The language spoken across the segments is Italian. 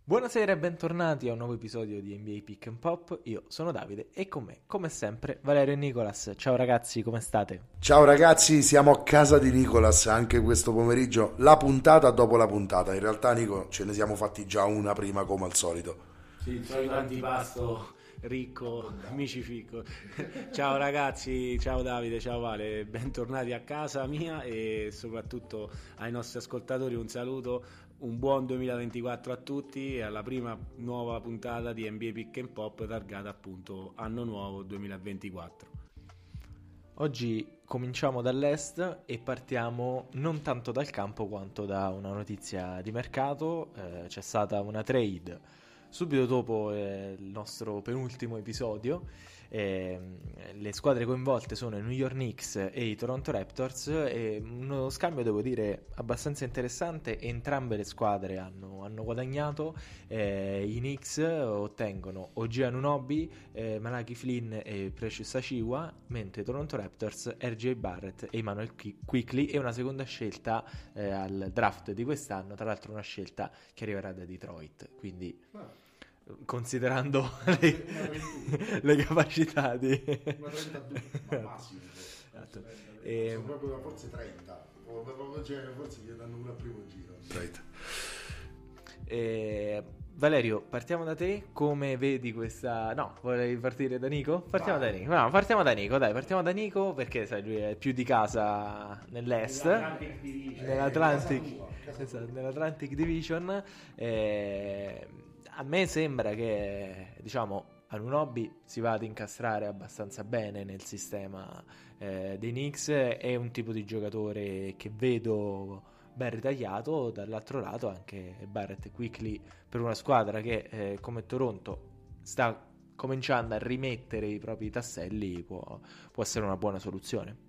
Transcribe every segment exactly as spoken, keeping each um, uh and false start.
Buonasera e bentornati a un nuovo episodio di N B A Pick and Pop. Io sono Davide e con me, come sempre, Valerio e Nicolas. Ciao ragazzi, come state? Ciao ragazzi, siamo a casa di Nicolas anche questo pomeriggio, la puntata dopo la puntata. In realtà, Nico, ce ne siamo fatti già una prima come al solito. Sì, il solito antipasto ricco, micifico. Ciao ragazzi, ciao Davide, ciao Vale, bentornati a casa mia e soprattutto ai nostri ascoltatori un saluto, un buon duemilaventiquattro a tutti e alla prima nuova puntata di N B A Pick and Pop targata appunto Anno Nuovo duemilaventiquattro. Oggi cominciamo dall'est e partiamo non tanto dal campo quanto da una notizia di mercato. Eh, c'è stata una trade subito dopo eh, il nostro penultimo episodio. Eh, le squadre coinvolte sono i New York Knicks e i Toronto Raptors, e uno scambio, devo dire, abbastanza interessante. Entrambe le squadre hanno, hanno guadagnato. Eh, i Knicks ottengono O G Anunoby, eh, Malaki Flynn e Precious Achiuwa, mentre i Toronto Raptors R J Barrett e Emmanuel Quickley e una seconda scelta eh, al draft di quest'anno, tra l'altro una scelta che arriverà da Detroit, quindi considerando le, le capacità di Ma trentadue, ma massimo. Esatto. E... sono proprio forse trenta, forse gli danno una al primo giro. Right. E... Valerio, partiamo da te. Come vedi questa... No, vorrei partire da Nico? Partiamo Vai. da Nico. No, partiamo da Nico, dai, partiamo da Nico perché sai, lui è più di casa nell'est, nell'Atlantic, eh, esatto, nell'Atlantic Division. E... a me sembra che, diciamo, Anunoby si va ad incastrare abbastanza bene nel sistema eh, dei Knicks. È un tipo di giocatore che vedo ben ritagliato. Dall'altro lato anche Barrett e Quickley, per una squadra che eh, come Toronto sta cominciando a rimettere i propri tasselli, può, può essere una buona soluzione.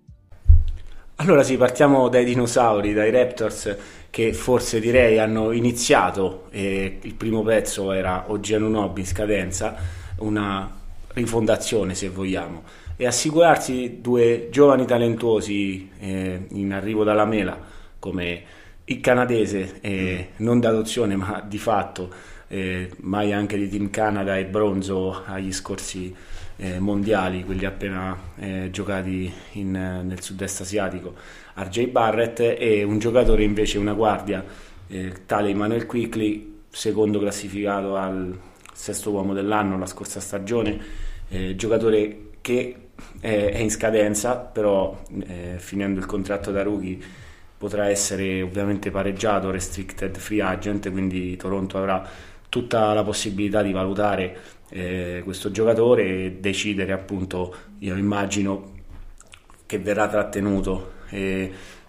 Allora sì, partiamo dai dinosauri, dai Raptors, che forse direi hanno iniziato, e il primo pezzo era O G Anunoby in scadenza, una rifondazione se vogliamo, e assicurarsi due giovani talentuosi eh, in arrivo dalla mela come il canadese, eh, non d'adozione ma di fatto, eh, mai anche di Team Canada e bronzo agli scorsi eh, mondiali, quelli appena eh, giocati in, nel sud-est asiatico, R J Barrett, e un giocatore invece, una guardia, eh, tale Emmanuel Quickley, secondo classificato al sesto uomo dell'anno la scorsa stagione, eh, giocatore che è, è in scadenza, però eh, finendo il contratto da rookie potrà essere ovviamente pareggiato, restricted free agent, quindi Toronto avrà tutta la possibilità di valutare eh, questo giocatore e decidere, appunto, io immagino che verrà trattenuto. E,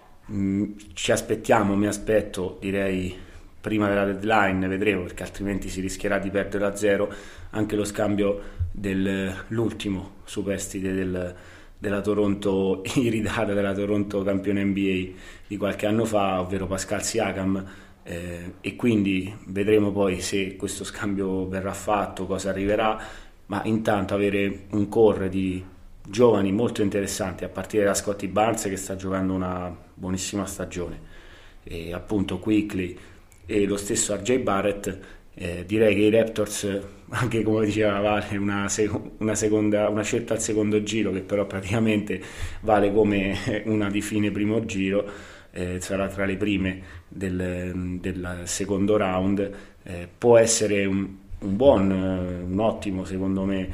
mh, ci aspettiamo, mi aspetto, direi prima della deadline, vedremo, perché altrimenti si rischierà di perdere a zero, anche lo scambio dell'ultimo superstite del della Toronto iridata, della Toronto campione N B A di qualche anno fa, ovvero Pascal Siakam, eh, e quindi vedremo poi se questo scambio verrà fatto, cosa arriverà, ma intanto avere un core di giovani molto interessanti, a partire da Scottie Barnes, che sta giocando una buonissima stagione, e appunto Quickley e lo stesso R J Barrett. Eh, direi che i Raptors, anche come diceva Vale, una, sec- una, seconda, una scelta al secondo giro, che però praticamente vale come una di fine primo giro, eh, sarà tra le prime del, del secondo round, eh, può essere un, un buon, un ottimo, secondo me,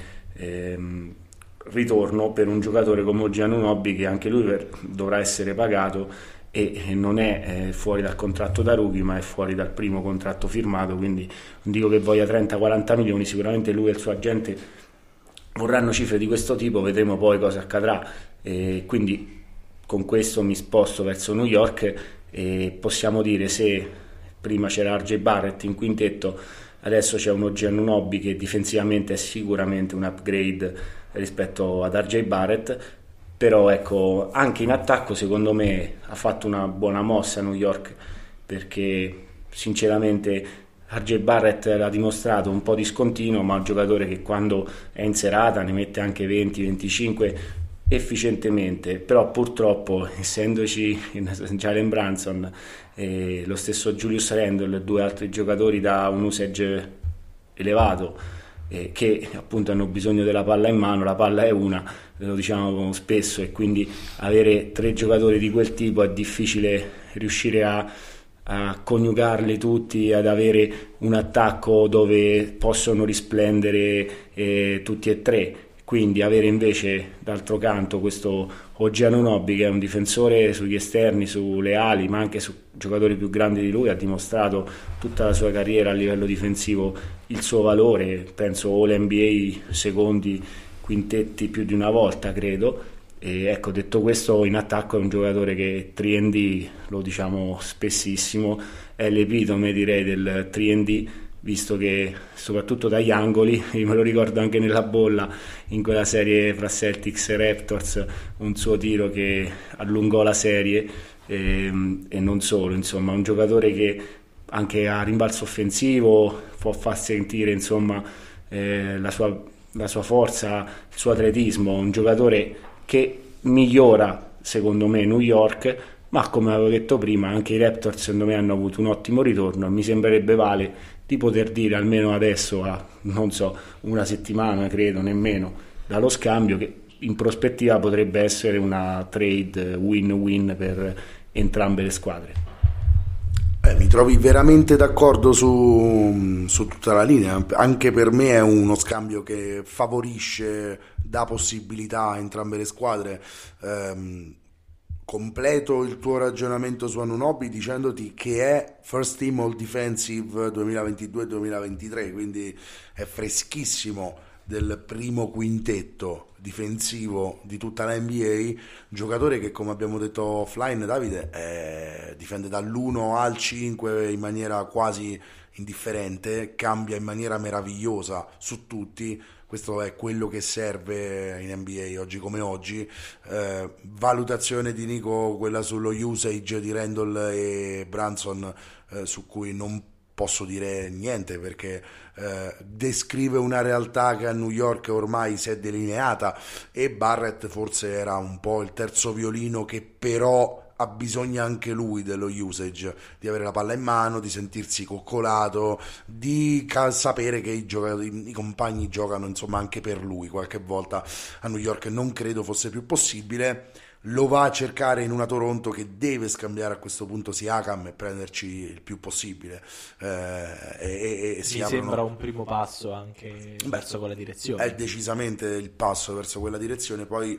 ehm, ritorno per un giocatore come O G Anunoby, che anche lui per, dovrà essere pagato, e non è eh, fuori dal contratto da rookie, ma è fuori dal primo contratto firmato, quindi non dico che voglia trenta quaranta milioni, sicuramente lui e il suo agente vorranno cifre di questo tipo, vedremo poi cosa accadrà, e quindi con questo mi sposto verso New York, e possiamo dire, se prima c'era R J Barrett in quintetto, adesso c'è un O G Anunoby che difensivamente è sicuramente un upgrade rispetto ad R J Barrett. Però ecco, anche in attacco secondo me ha fatto una buona mossa New York, perché sinceramente R J Barrett l'ha dimostrato, un po' discontinuo, ma un giocatore che quando è in serata ne mette anche venti venticinque, efficientemente, però purtroppo essendoci Jalen Brunson e lo stesso Julius Randle, due altri giocatori da un usage elevato eh, che appunto hanno bisogno della palla in mano, la palla è una, lo diciamo spesso, e quindi avere tre giocatori di quel tipo è difficile riuscire a, a coniugarli tutti, ad avere un attacco dove possono risplendere eh, tutti e tre. Quindi avere invece d'altro canto questo O G Anunoby, che è un difensore sugli esterni, sulle ali, ma anche su giocatori più grandi di lui, ha dimostrato tutta la sua carriera a livello difensivo il suo valore, penso All N B A, secondi, quintetti più di una volta credo. E ecco, detto questo, in attacco è un giocatore che tre and D, lo diciamo spessissimo, è l'epitome direi del tre and D, visto che soprattutto dagli angoli, io me lo ricordo anche nella bolla in quella serie fra Celtics e Raptors, un suo tiro che allungò la serie, e, e non solo, insomma un giocatore che anche a rimbalzo offensivo può far sentire insomma eh, la sua, la sua forza, il suo atletismo, un giocatore che migliora secondo me New York, ma come avevo detto prima anche i Raptors secondo me hanno avuto un ottimo ritorno e mi sembrerebbe Vale di poter dire almeno adesso a non so una settimana credo nemmeno dallo scambio che in prospettiva potrebbe essere una trade win-win per entrambe le squadre. Eh, mi trovi veramente d'accordo su, su tutta la linea, anche per me è uno scambio che favorisce, dà possibilità a entrambe le squadre. ehm, Completo il tuo ragionamento su Anunoby dicendoti che è First Team All Defensive duemilaventidue duemilaventitré, quindi è freschissimo del primo quintetto difensivo di tutta la N B A, giocatore che come abbiamo detto offline Davide è, difende dall'uno al cinque in maniera quasi indifferente, cambia in maniera meravigliosa su tutti. Questo è quello che serve in N B A oggi come oggi. Eh, valutazione di Nico, quella sullo usage di Randle e Brunson, eh, su cui non posso dire niente perché eh, descrive una realtà che a New York ormai si è delineata, e Barrett forse era un po' il terzo violino che però ha bisogno anche lui dello usage, di avere la palla in mano, di sentirsi coccolato, di ca- sapere che i, giocatori, i compagni giocano insomma anche per lui. Qualche volta a New York non credo fosse più possibile, lo va a cercare in una Toronto che deve scambiare a questo punto Siakam e prenderci il più possibile. Eh, e, e, e si Mi aprono... sembra un primo passo anche Beh, verso quella direzione. È decisamente il passo verso quella direzione, poi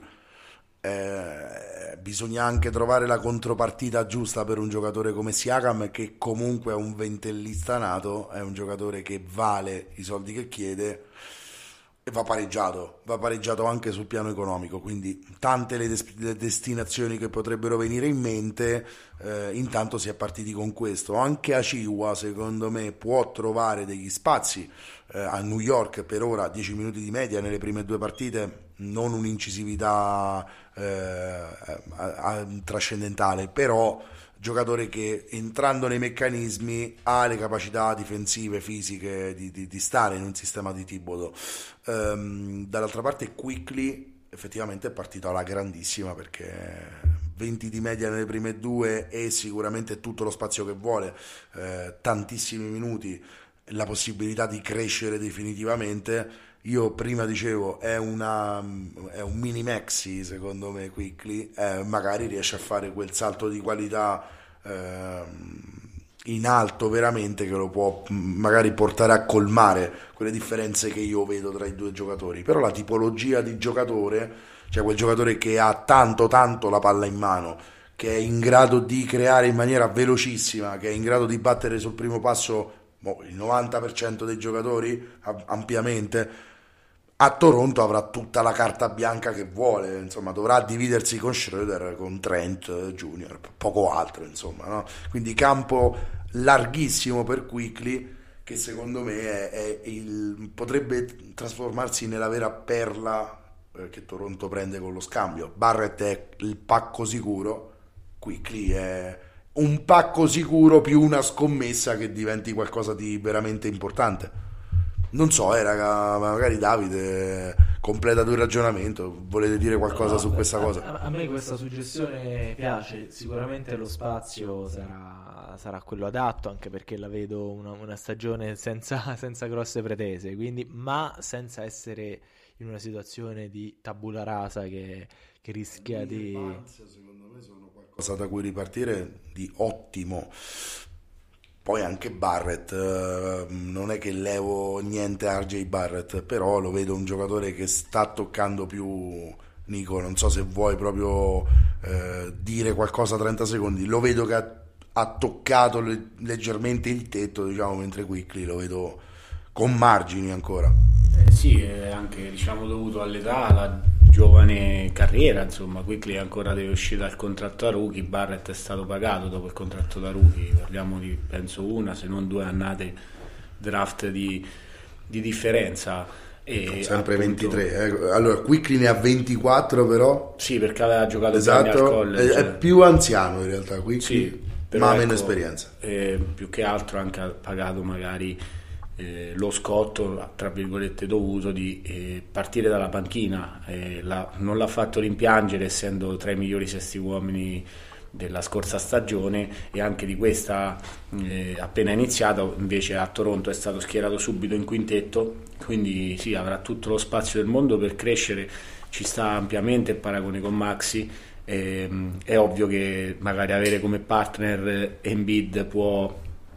Eh, bisogna anche trovare la contropartita giusta per un giocatore come Siakam, che comunque è un ventellista nato, è un giocatore che vale i soldi che chiede e va pareggiato, va pareggiato anche sul piano economico, quindi tante le, des- le destinazioni che potrebbero venire in mente. Eh, intanto si è partiti con questo. Anche Achiuwa secondo me può trovare degli spazi eh, a New York, per ora dieci minuti di media nelle prime due partite, non un'incisività eh, a- a- trascendentale, però giocatore che entrando nei meccanismi ha le capacità difensive, fisiche di, di, di stare in un sistema di Thibodeau. Um, dall'altra parte Quickley effettivamente è partito alla grandissima, perché venti di media nelle prime due e sicuramente tutto lo spazio che vuole, eh, tantissimi minuti, la possibilità di crescere definitivamente. Io prima dicevo è, una, è un mini maxi secondo me Quickley, eh, magari riesce a fare quel salto di qualità eh, in alto veramente, che lo può magari portare a colmare quelle differenze che io vedo tra i due giocatori. Però la tipologia di giocatore, cioè quel giocatore che ha tanto tanto la palla in mano, che è in grado di creare in maniera velocissima, che è in grado di battere sul primo passo boh, il novanta per cento dei giocatori ampiamente, a Toronto avrà tutta la carta bianca che vuole, insomma dovrà dividersi con Schroeder, con Trent Junior, poco altro, insomma, no? Quindi campo larghissimo per Quickley, che secondo me è, è il, potrebbe trasformarsi nella vera perla eh, che Toronto prende con lo scambio. Barrett è il pacco sicuro, Quickley è un pacco sicuro più una scommessa che diventi qualcosa di veramente importante. Non so, eh, raga, magari Davide completa il ragionamento, volete dire qualcosa No, su questa a, cosa? a- a me questa suggestione piace, sicuramente lo spazio sarà, sarà quello adatto, anche perché la vedo una, una stagione senza, senza grosse pretese, quindi, ma senza essere in una situazione di tabula rasa che, che rischia di... Secondo me sono qualcosa da cui ripartire di ottimo. Poi anche Barrett, eh, non è che levo niente a R J Barrett, però lo vedo un giocatore che sta toccando più. Nico, non so se vuoi proprio eh, dire qualcosa a trenta secondi, lo vedo che ha, ha toccato le- leggermente il tetto, diciamo, mentre Quickly lo vedo con margini ancora. Eh sì, è anche diciamo dovuto all'età, alla giovane carriera, insomma, Quickly ancora deve uscire dal contratto da rookie, Barrett è stato pagato dopo il contratto da rookie, parliamo di penso una se non due annate draft di, di differenza. E Sempre appunto, ventitré, eh. Allora Quickly ne ha ventiquattro però, sì, perché aveva giocato due anni al esatto, è, college. è più anziano in realtà Quickly, Sì, però ma ha meno ecco, esperienza. eh, più che altro anche ha pagato magari eh, lo scotto, tra virgolette, dovuto di eh, partire dalla panchina. Eh, la- non l'ha fatto rimpiangere essendo tra i migliori sesti uomini della scorsa stagione e anche di questa eh, appena iniziata, invece a Toronto è stato schierato subito in quintetto, quindi sì, avrà tutto lo spazio del mondo per crescere, ci sta ampiamente il paragone con Maxi. Ehm, è ovvio che magari avere come partner Embiid può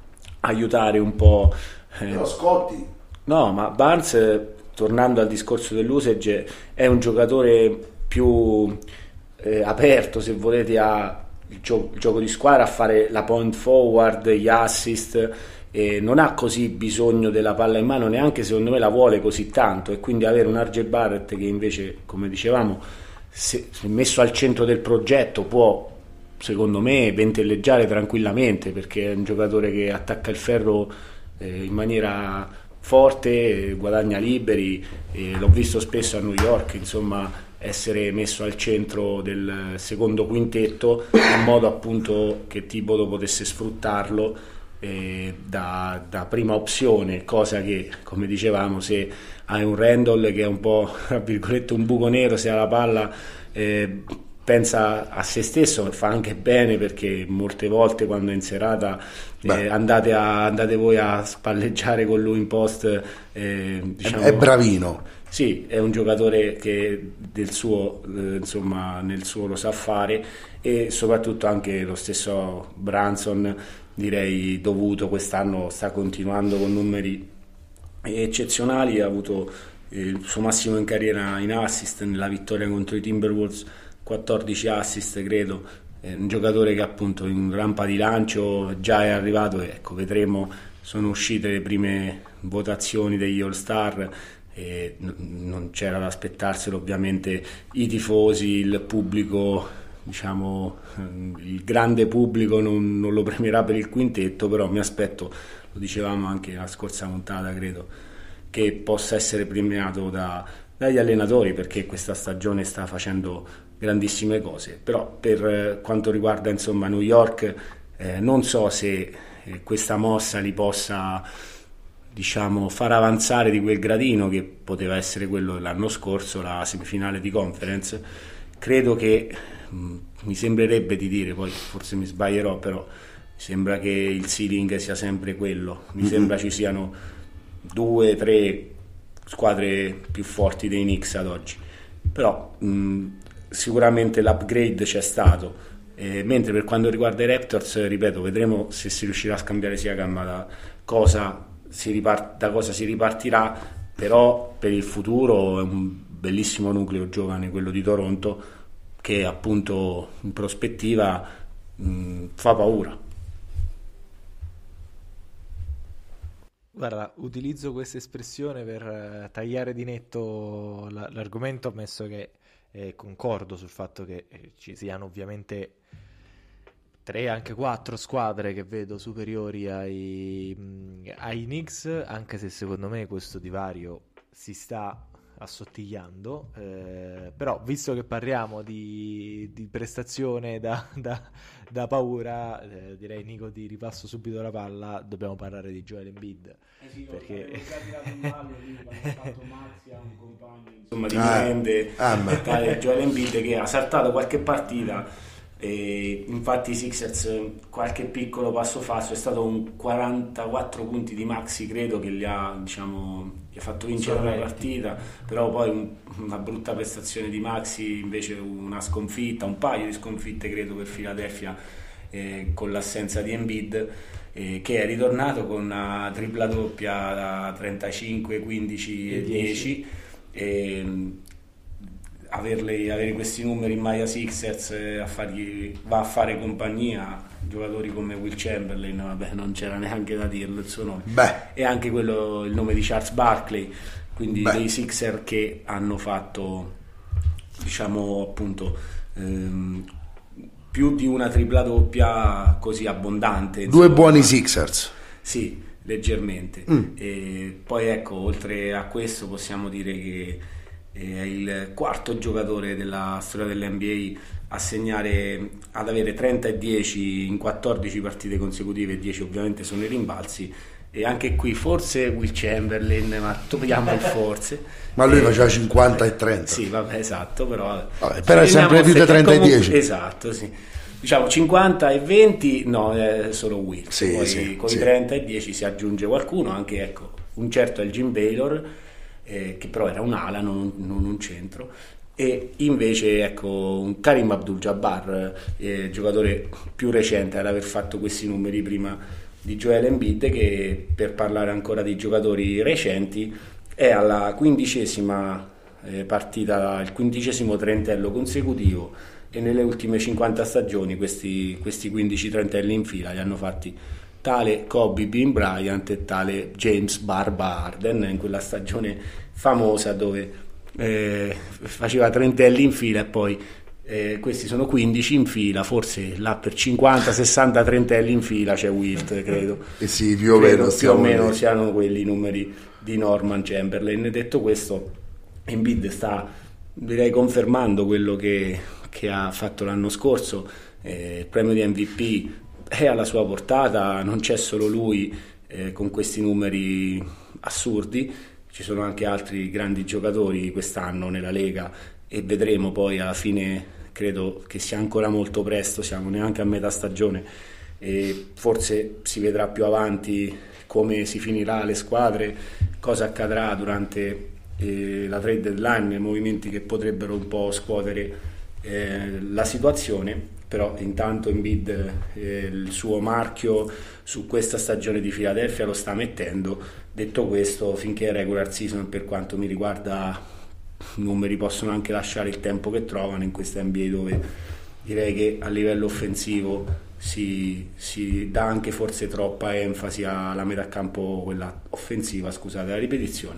aiutare un po'. eh, Però Scotti, No, ma Barnes, eh, tornando al discorso dell'usage, è un giocatore più eh, aperto, se volete, a il, gio- il gioco di squadra, a fare la point forward, gli assist, e non ha così bisogno della palla in mano, neanche secondo me la vuole così tanto, e quindi avere un R J Barrett che invece, come dicevamo, se, se messo al centro del progetto può, secondo me, ventelleggiare tranquillamente, perché è un giocatore che attacca il ferro eh, in maniera forte, eh, guadagna liberi, eh, l'ho visto spesso a New York, insomma, essere messo al centro del secondo quintetto in modo appunto che Thibodeau potesse sfruttarlo eh, da, da prima opzione, cosa che, come dicevamo, se hai un Randall che è un po' tra virgolette un buco nero, se ha la palla eh, pensa a se stesso, fa anche bene, perché molte volte quando è in serata eh, andate, a, andate voi a spalleggiare con lui in post, eh, diciamo, è bravino. sì, è un giocatore che del suo, eh, insomma, nel suo lo sa fare, e soprattutto anche lo stesso Branson, direi dovuto, quest'anno sta continuando con numeri eccezionali, ha avuto eh, il suo massimo in carriera in assist nella vittoria contro i Timberwolves, quattordici assist credo, è un giocatore che appunto in rampa di lancio già è arrivato, e ecco, vedremo, sono uscite le prime votazioni degli All-Star, e non c'era da aspettarselo, ovviamente i tifosi, il pubblico, diciamo il grande pubblico non, non lo premierà per il quintetto, però mi aspetto, lo dicevamo anche la scorsa puntata credo, che possa essere premiato da, dagli allenatori, perché questa stagione sta facendo grandissime cose. Però per quanto riguarda insomma New York, eh, non so se eh, questa mossa li possa, diciamo, far avanzare di quel gradino che poteva essere quello dell'anno scorso, la semifinale di conference. Credo che mh, mi sembrerebbe di dire, poi forse mi sbaglierò, però mi sembra che il ceiling sia sempre quello, mi mm-hmm. sembra ci siano due, tre squadre più forti dei Knicks ad oggi, però mh, sicuramente l'upgrade c'è stato, eh, mentre per quanto riguarda i Raptors, ripeto, vedremo se si riuscirà a scambiare Siakam, da cosa si, ripart- da cosa si ripartirà, però per il futuro è un bellissimo nucleo giovane quello di Toronto, che appunto in prospettiva mh, fa paura. Guarda, utilizzo questa espressione per eh, tagliare di netto l- l'argomento, ammesso che eh, concordo sul fatto che eh, ci siano ovviamente tre, anche quattro squadre che vedo superiori ai, mh, ai Knicks, anche se secondo me questo divario si sta assottigliando, eh, però visto che parliamo di, di prestazione da, da, da paura, eh, direi Nico ti ripasso subito la palla, dobbiamo parlare di Joel Embiid. Eh sì, perché un ballo lì, ha fatto Maxi a un compagno insomma di grande, ah, tale Joel Embiid che ha saltato qualche partita. E infatti i Sixers qualche piccolo passo falso, è stato un quarantaquattro punti di Maxi credo che li ha, diciamo, gli ha fatto vincere la partita, però poi un, una brutta prestazione di Maxi, invece una sconfitta, un paio di sconfitte credo per Philadelphia, eh, con l'assenza di Embiid, eh, che è ritornato con una tripla doppia da trentacinque, quindici e dieci, e Averle, avere questi numeri in maglia Sixers, eh, a fargli, va a fare compagnia giocatori come Will Chamberlain, vabbè, non c'era neanche da dirlo il suo nome. Beh. E anche quello, il nome di Charles Barkley, quindi Beh. dei Sixers che hanno fatto, diciamo appunto, ehm, più di una tripla doppia così abbondante, insomma. Due buoni Sixers. Sì, leggermente. Mm. E poi ecco, oltre a questo possiamo dire che è il quarto giocatore della storia dell'N B A a segnare, ad avere trenta e dieci in quattordici partite consecutive, dieci ovviamente sono i rimbalzi, e anche qui forse Will Chamberlain, ma togliamo il forse. Ma lui faceva cinquanta e trenta. Sì, vabbè, esatto, però vabbè, però è sempre più di trenta e dieci. Esatto, sì. Diciamo cinquanta e venti, no, è solo Will. Sì, poi sì, con sì. i trenta e dieci si aggiunge qualcuno, anche ecco, un certo è il Jim Baylor, Eh, che però era un ala, non, non un centro, e invece ecco un Karim Abdul-Jabbar, eh, giocatore più recente ad aver fatto questi numeri prima di Joel Embiid, che per parlare ancora di giocatori recenti è alla quindicesima eh, partita, il quindicesimo trentello consecutivo, e nelle ultime cinquanta stagioni questi, questi quindici trentelli in fila li hanno fatti tale Kobe Bean Bryant e tale James Barba Harden, in quella stagione famosa dove eh, faceva trentelli in fila, e poi eh, questi sono quindici in fila, forse là per cinquanta sessanta trentelli in fila c'è Wilt, credo. E sì, più o meno, più o meno siano quelli i numeri di Norman Chamberlain. Detto questo, Embiid sta, direi, confermando quello che, che ha fatto l'anno scorso, eh, il premio di M V P è alla sua portata, non c'è solo lui eh, con questi numeri assurdi, ci sono anche altri grandi giocatori quest'anno nella Lega, e vedremo poi alla fine, credo che sia ancora molto presto, siamo neanche a metà stagione, e forse si vedrà più avanti come si finirà le squadre, cosa accadrà durante eh, la trade deadline, movimenti che potrebbero un po' scuotere eh, la situazione. Però intanto Embiid eh, il suo marchio su questa stagione di Philadelphia lo sta mettendo. Detto questo, finché è regular season, per quanto mi riguarda, i numeri possono anche lasciare il tempo che trovano in questa N B A, dove direi che a livello offensivo si, si dà anche forse troppa enfasi alla metà campo, quella offensiva, scusate la ripetizione,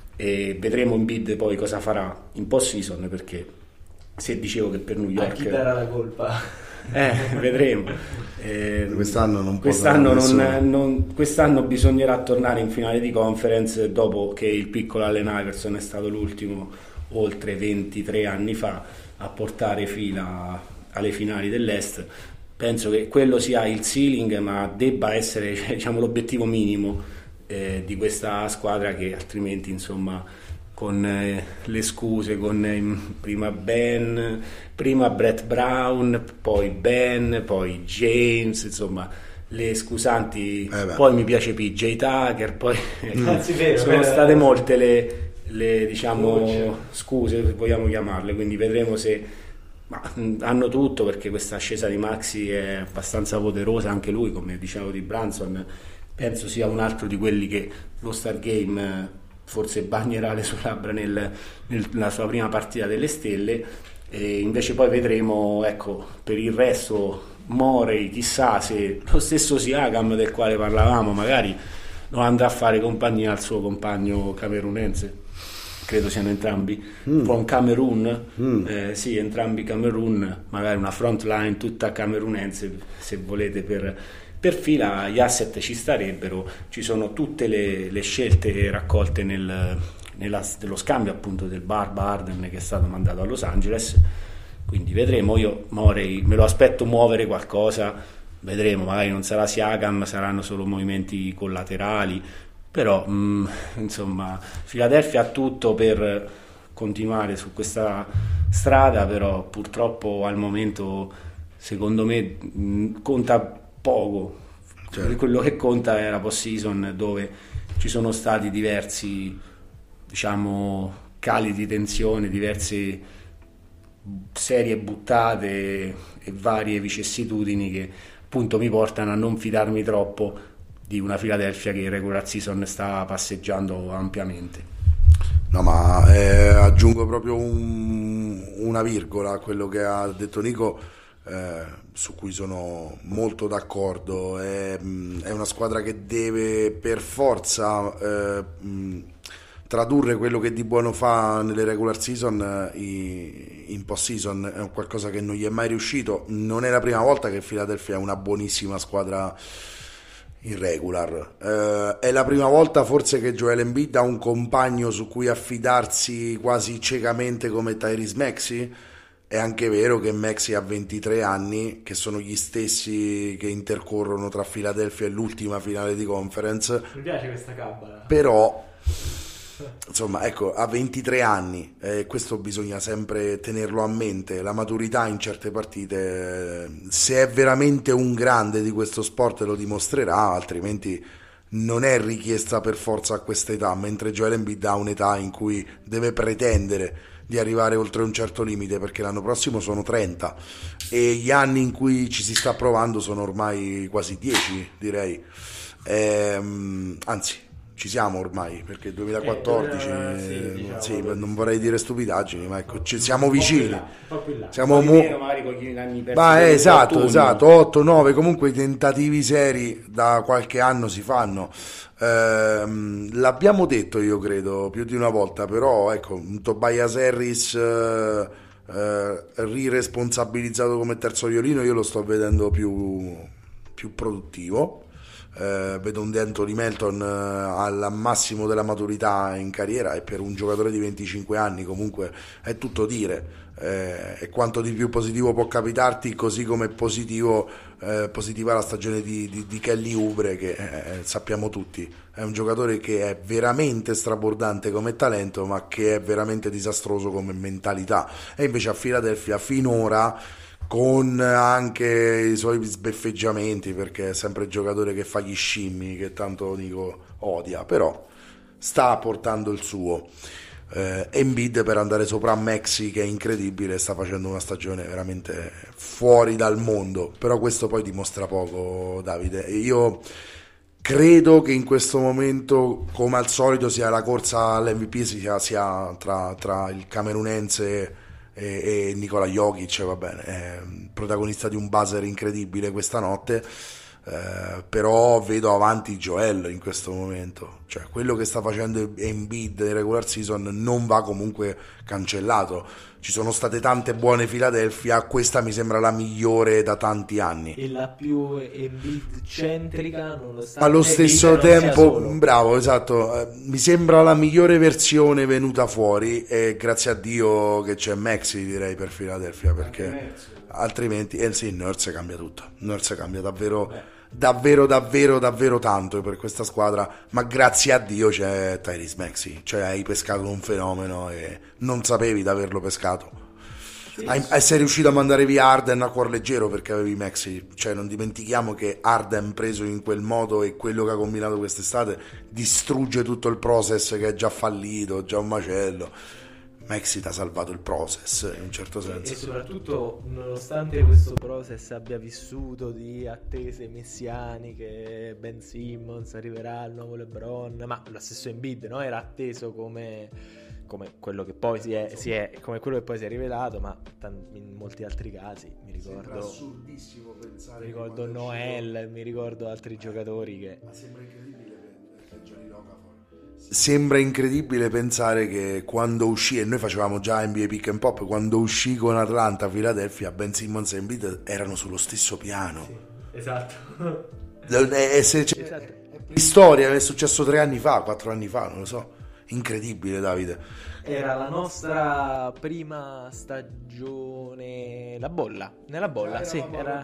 e vedremo Embiid poi cosa farà in post season, perché se dicevo che per New York, a chi darà la colpa? Eh, vedremo. Eh, quest'anno non quest'anno, non, non, quest'anno bisognerà tornare in finale di conference, dopo che il piccolo Allen Iverson è stato l'ultimo, oltre ventitré anni fa, a portare fila alle finali dell'Est. Penso che quello sia il ceiling, ma debba essere, diciamo, l'obiettivo minimo eh, di questa squadra, che altrimenti, insomma, con eh, le scuse, con eh, prima Ben, prima Brett Brown, poi Ben, poi James, insomma le scusanti, eh poi mi piace P J Tucker, poi mm. sono state molte le, le diciamo scuse, se vogliamo chiamarle, quindi vedremo se ma, hanno tutto, perché questa ascesa di Maxi è abbastanza poderosa, anche lui, come dicevo di Brunson, penso sia un altro di quelli che lo Star Game forse bagnerà le sue labbra nel, nella sua prima partita delle stelle, e invece poi vedremo, ecco, per il resto Morey, chissà se lo stesso Siakam del quale parlavamo magari non andrà a fare compagnia al suo compagno camerunense, credo siano entrambi mm. from Camerun, mm. eh, sì, entrambi Camerun, magari una front line tutta camerunense, se volete, per per fila. Gli asset ci starebbero, ci sono tutte le, le scelte raccolte nel, nella, dello scambio appunto del Barba Harden che è stato mandato a Los Angeles, quindi vedremo. Io Morey me lo aspetto muovere qualcosa, vedremo, magari non sarà Siakam, saranno solo movimenti collaterali, però mh, insomma Philadelphia ha tutto per continuare su questa strada, però purtroppo al momento secondo me mh, conta poco. Certo. Quello che conta è la post-season, dove ci sono stati diversi, diciamo, cali di tensione, diverse serie buttate e varie vicissitudini che appunto mi portano a non fidarmi troppo di una Philadelphia che in regular season sta passeggiando ampiamente. No, ma eh, aggiungo proprio un, una virgola a quello che ha detto Nico, eh, su cui sono molto d'accordo. È, è una squadra che deve per forza eh, mh, tradurre quello che di buono fa nelle regular season in, in post season. È qualcosa che non gli è mai riuscito. Non è la prima volta che Philadelphia è una buonissima squadra in regular, eh, è la prima volta forse che Joel Embiid ha un compagno su cui affidarsi quasi ciecamente come Tyrese Maxey. È anche vero che Maxey ha ventitré anni, che sono gli stessi che intercorrono tra Philadelphia e l'ultima finale di conference. Mi piace questa cabala. Però insomma, ecco, ha ventitré anni e eh, questo bisogna sempre tenerlo a mente. La maturità in certe partite, se è veramente un grande di questo sport, lo dimostrerà, altrimenti non è richiesta per forza a questa età, mentre Joel Embiid ha un'età in cui deve pretendere di arrivare oltre un certo limite, perché l'anno prossimo sono trenta e gli anni in cui ci si sta provando sono ormai quasi dieci, direi. Ehm, anzi ci siamo ormai, perché duemilaquattordici, eh, sì, diciamo, sì, non vorrei dire stupidaggini, ma ecco, ci siamo vicini, là, siamo mo- meno, magari con gli anni persi, ma è, esatto, esatto, otto nove, comunque i tentativi seri da qualche anno si fanno. Eh, l'abbiamo detto, io credo, più di una volta, però ecco, Tobias Harris eh, eh, riresponsabilizzato come terzo violino, io lo sto vedendo più, più produttivo. Uh, vedo un D'Anthony Melton uh, al massimo della maturità in carriera, e per un giocatore di venticinque anni comunque è tutto dire, uh, e quanto di più positivo può capitarti, così come è positivo, uh, positiva la stagione di, di, di Kelly Oubre, che uh, sappiamo tutti è un giocatore che è veramente strabordante come talento, ma che è veramente disastroso come mentalità. E invece a Philadelphia finora, con anche i suoi sbeffeggiamenti, perché è sempre il giocatore che fa gli scimmi, che tanto Nico odia, però sta portando il suo. eh, Embiid, per andare sopra a Maxey, che è incredibile, sta facendo una stagione veramente fuori dal mondo, però questo poi dimostra poco, Davide. E io credo che in questo momento, come al solito, sia la corsa all'M V P sia, sia tra, tra il camerunense e, e Nikola Jokic, va bene, è protagonista di un buzzer incredibile questa notte, eh, però vedo avanti Joel in questo momento, cioè quello che sta facendo Embiid in regular season non va comunque cancellato. Ci sono state tante buone Philadelphia, questa mi sembra la migliore da tanti anni e la più Embiid centrica, nonostante allo stesso tempo, bravo, esatto, eh, mi sembra la migliore versione venuta fuori, e grazie a Dio che c'è Maxey, direi, per Philadelphia, perché altrimenti eh sì, Nurse cambia tutto, Nurse cambia davvero Beh. davvero davvero davvero tanto per questa squadra, ma grazie a Dio c'è Tyrese Maxey, cioè hai pescato un fenomeno e non sapevi di averlo pescato. Sì, hai, sì. Sei riuscito a mandare via Harden a cuor leggero perché avevi Maxey, cioè non dimentichiamo che Harden preso in quel modo e quello che ha combinato quest'estate distrugge tutto il process che è già fallito, già un macello. Maxey ti ha salvato il process in un certo senso, e soprattutto nonostante questo process abbia vissuto di attese messianiche, Ben Simmons arriverà il nuovo LeBron, ma lo stesso Embiid, no? Era atteso come, come quello che poi si è, si è come quello che poi si è rivelato, ma in molti altri casi mi ricordo assurdissimo pensare, mi ricordo Noel, mi ricordo altri giocatori che ma sembra incredibile perché Johnny Rocca Sembra incredibile pensare che quando uscì, e noi facevamo già N B A Pick and Pop, quando uscì con Atlanta, Philadelphia, Ben Simmons e Embiid erano sullo stesso piano. Sì, esatto. E se c'è, esatto. Storia è successo tre anni fa, quattro anni fa, non lo so. incredibile, Davide. Era la nostra prima stagione, la bolla, nella bolla, sì, era...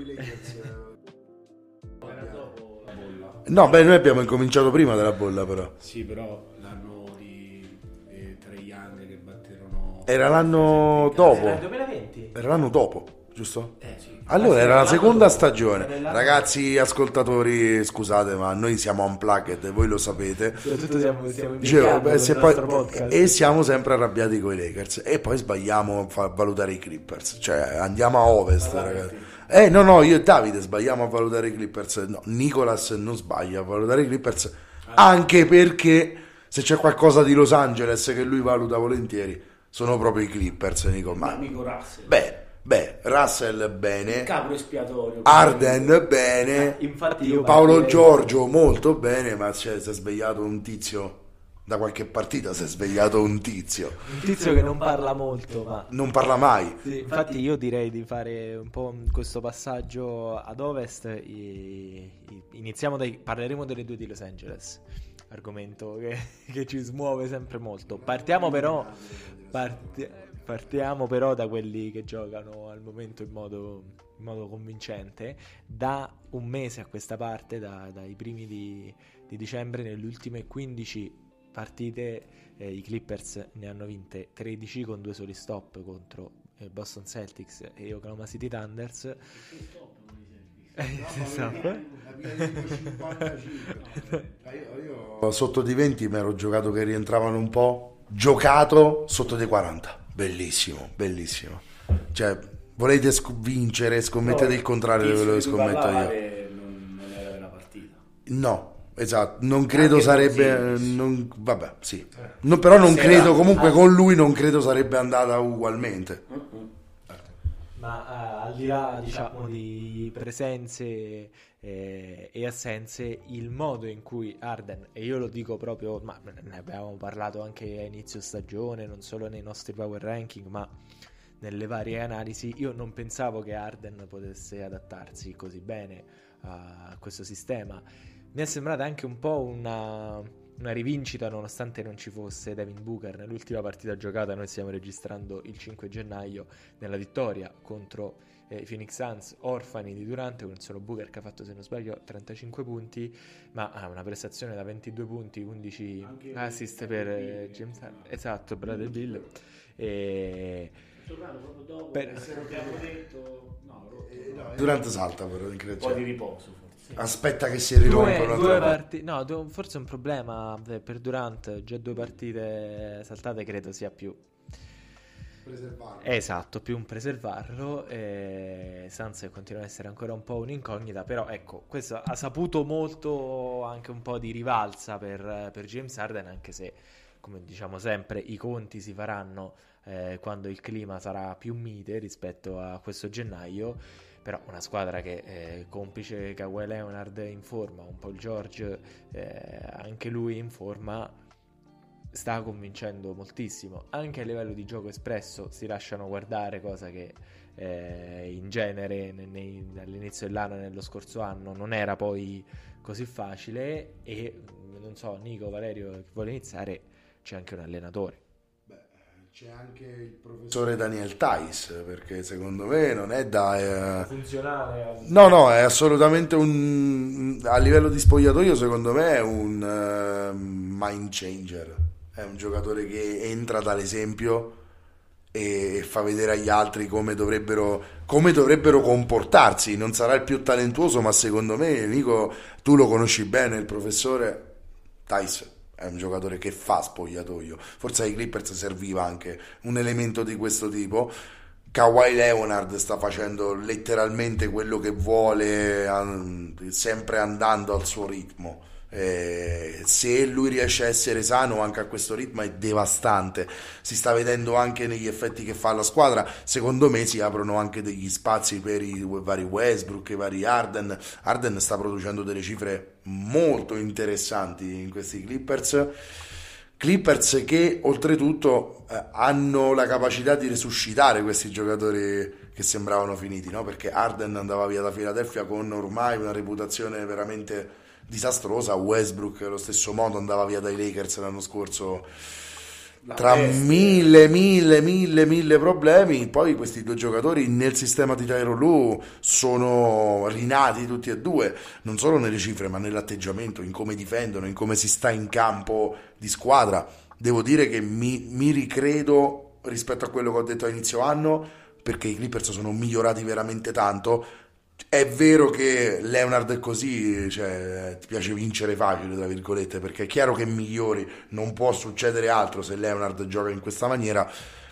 Era dopo la bolla. No, beh, noi abbiamo incominciato prima della bolla, però. Sì, però l'anno di eh, Trae Young che batterono... Era l'anno dopo. Era il duemilaventi? Era l'anno dopo, giusto? Eh sì. Allora Ah, sì, era la l'anno seconda dopo. stagione. Era l'anno- Ragazzi, ascoltatori, scusate, ma noi siamo unplugged, voi lo sapete. Soprattutto siamo, stiamo Dicevo, invecchiando beh, con se il poi- nostro podcast. e siamo sempre arrabbiati con i Lakers e poi sbagliamo a fa- valutare i Clippers, cioè andiamo a ovest, ragazzi. Eh no no, io e Davide sbagliamo a valutare i Clippers, no, Nicolas non sbaglia a valutare i Clippers, anche perché se c'è qualcosa di Los Angeles che lui valuta volentieri sono proprio i Clippers, Nico. Ma Amico Russell. beh, beh, Russell bene, Capo espiatorio. Arden bene, Infatti io Paolo partirei- Giorgio molto bene, ma cioè, si è svegliato un tizio da qualche partita, si è svegliato un tizio, un tizio che non parla molto, ma... non parla mai. Sì, infatti io direi di fare un po' questo passaggio ad ovest. i- i- Iniziamo dai... parleremo delle due di Los Angeles, argomento che, che ci smuove sempre molto. Partiamo però parti- partiamo però da quelli che giocano al momento in modo, in modo convincente. Da un mese a questa parte, da- dai primi di, di dicembre, nelle ultime quindici partite eh, i Clippers ne hanno vinte tredici con due soli stop contro eh, Boston Celtics e Oklahoma City Thunders. Eh, stop. Io sotto di venti mi ero giocato che rientravano un po', giocato sotto dei quaranta, bellissimo, bellissimo. Cioè, volete sc- vincere, scommettete il contrario di quello che scommetto io. Non, non era della partita. No, esatto, non credo Anche sarebbe, Porzingis. non, vabbè, sì. No, però non Se credo, era- comunque ah. con lui non credo sarebbe andata ugualmente. Ma eh, al di là, diciamo, di presenze eh, e assenze, il modo in cui Harden, e io lo dico proprio, ma ne abbiamo parlato anche a inizio stagione, non solo nei nostri power ranking, ma nelle varie analisi, io non pensavo che Harden potesse adattarsi così bene a questo sistema. Mi è sembrata anche un po' una, una rivincita, nonostante non ci fosse Devin Booker nell'ultima partita giocata. Noi stiamo registrando il cinque gennaio, nella vittoria contro eh, i Phoenix Suns, orfani di Durant, con solo Booker che ha fatto, se non sbaglio, trentacinque punti, ma ha una prestazione da ventidue punti, undici Anche assist Bradley per Beal. eh, James Harden. Esatto, Bradley Beal. E... Giocato proprio dopo Per- che abbiamo detto no, rotto, Durante salta però, un po' di incredibile. riposo forse. Aspetta che si rirompa Due, un'altra due volta. partite, no, due- forse è un problema eh, per Durant, già due partite saltate credo sia più esatto, più un preservarlo. eh, Suns continua ad essere ancora un po' un'incognita, però ecco, questo ha saputo molto anche un po' di rivalsa per, per James Harden, anche se, come diciamo sempre, i conti si faranno eh, quando il clima sarà più mite rispetto a questo gennaio. Però una squadra che eh, complice Kawhi Leonard in forma, un po' il George eh, anche lui in forma, sta convincendo moltissimo. Anche a livello di gioco espresso si lasciano guardare, cosa che eh, in genere nei, nei, all'inizio dell'anno e nello scorso anno non era poi così facile. E non so, Nico, Valerio, chi vuole iniziare? C'è anche un allenatore. C'è anche il professore Daniel Tice, perché secondo me non è da... eh, Funzionale. No, no, è assolutamente un... A livello di spogliatoio, secondo me è un eh, mind changer. È un giocatore che entra dall'esempio e fa vedere agli altri come dovrebbero, come dovrebbero comportarsi. Non sarà il più talentuoso, ma secondo me, Nico, tu lo conosci bene, il professore Tice. È un giocatore che fa spogliatoio. Forse ai Clippers serviva anche un elemento di questo tipo. Kawhi Leonard sta facendo letteralmente quello che vuole, an- sempre andando al suo ritmo. Eh, se lui riesce a essere sano anche a questo ritmo è devastante. Si sta vedendo anche negli effetti che fa alla squadra. Secondo me si aprono anche degli spazi per i vari Westbrook, i vari Harden. Harden sta producendo delle cifre molto interessanti in questi Clippers. Clippers che oltretutto eh, hanno la capacità di resuscitare questi giocatori che sembravano finiti, no? Perché Harden andava via da Philadelphia con ormai una reputazione veramente disastrosa. Westbrook allo stesso modo andava via dai Lakers l'anno scorso La tra peste. mille mille mille mille problemi. Poi questi due giocatori nel sistema di Tyronn Lue sono rinati tutti e due, non solo nelle cifre ma nell'atteggiamento, in come difendono, in come si sta in campo di squadra. Devo dire che mi, mi ricredo rispetto a quello che ho detto a inizio anno, perché i Clippers sono migliorati veramente tanto. È vero che Leonard è così, cioè ti piace vincere facile, tra virgolette, perché è chiaro che migliori, non può succedere altro se Leonard gioca in questa maniera,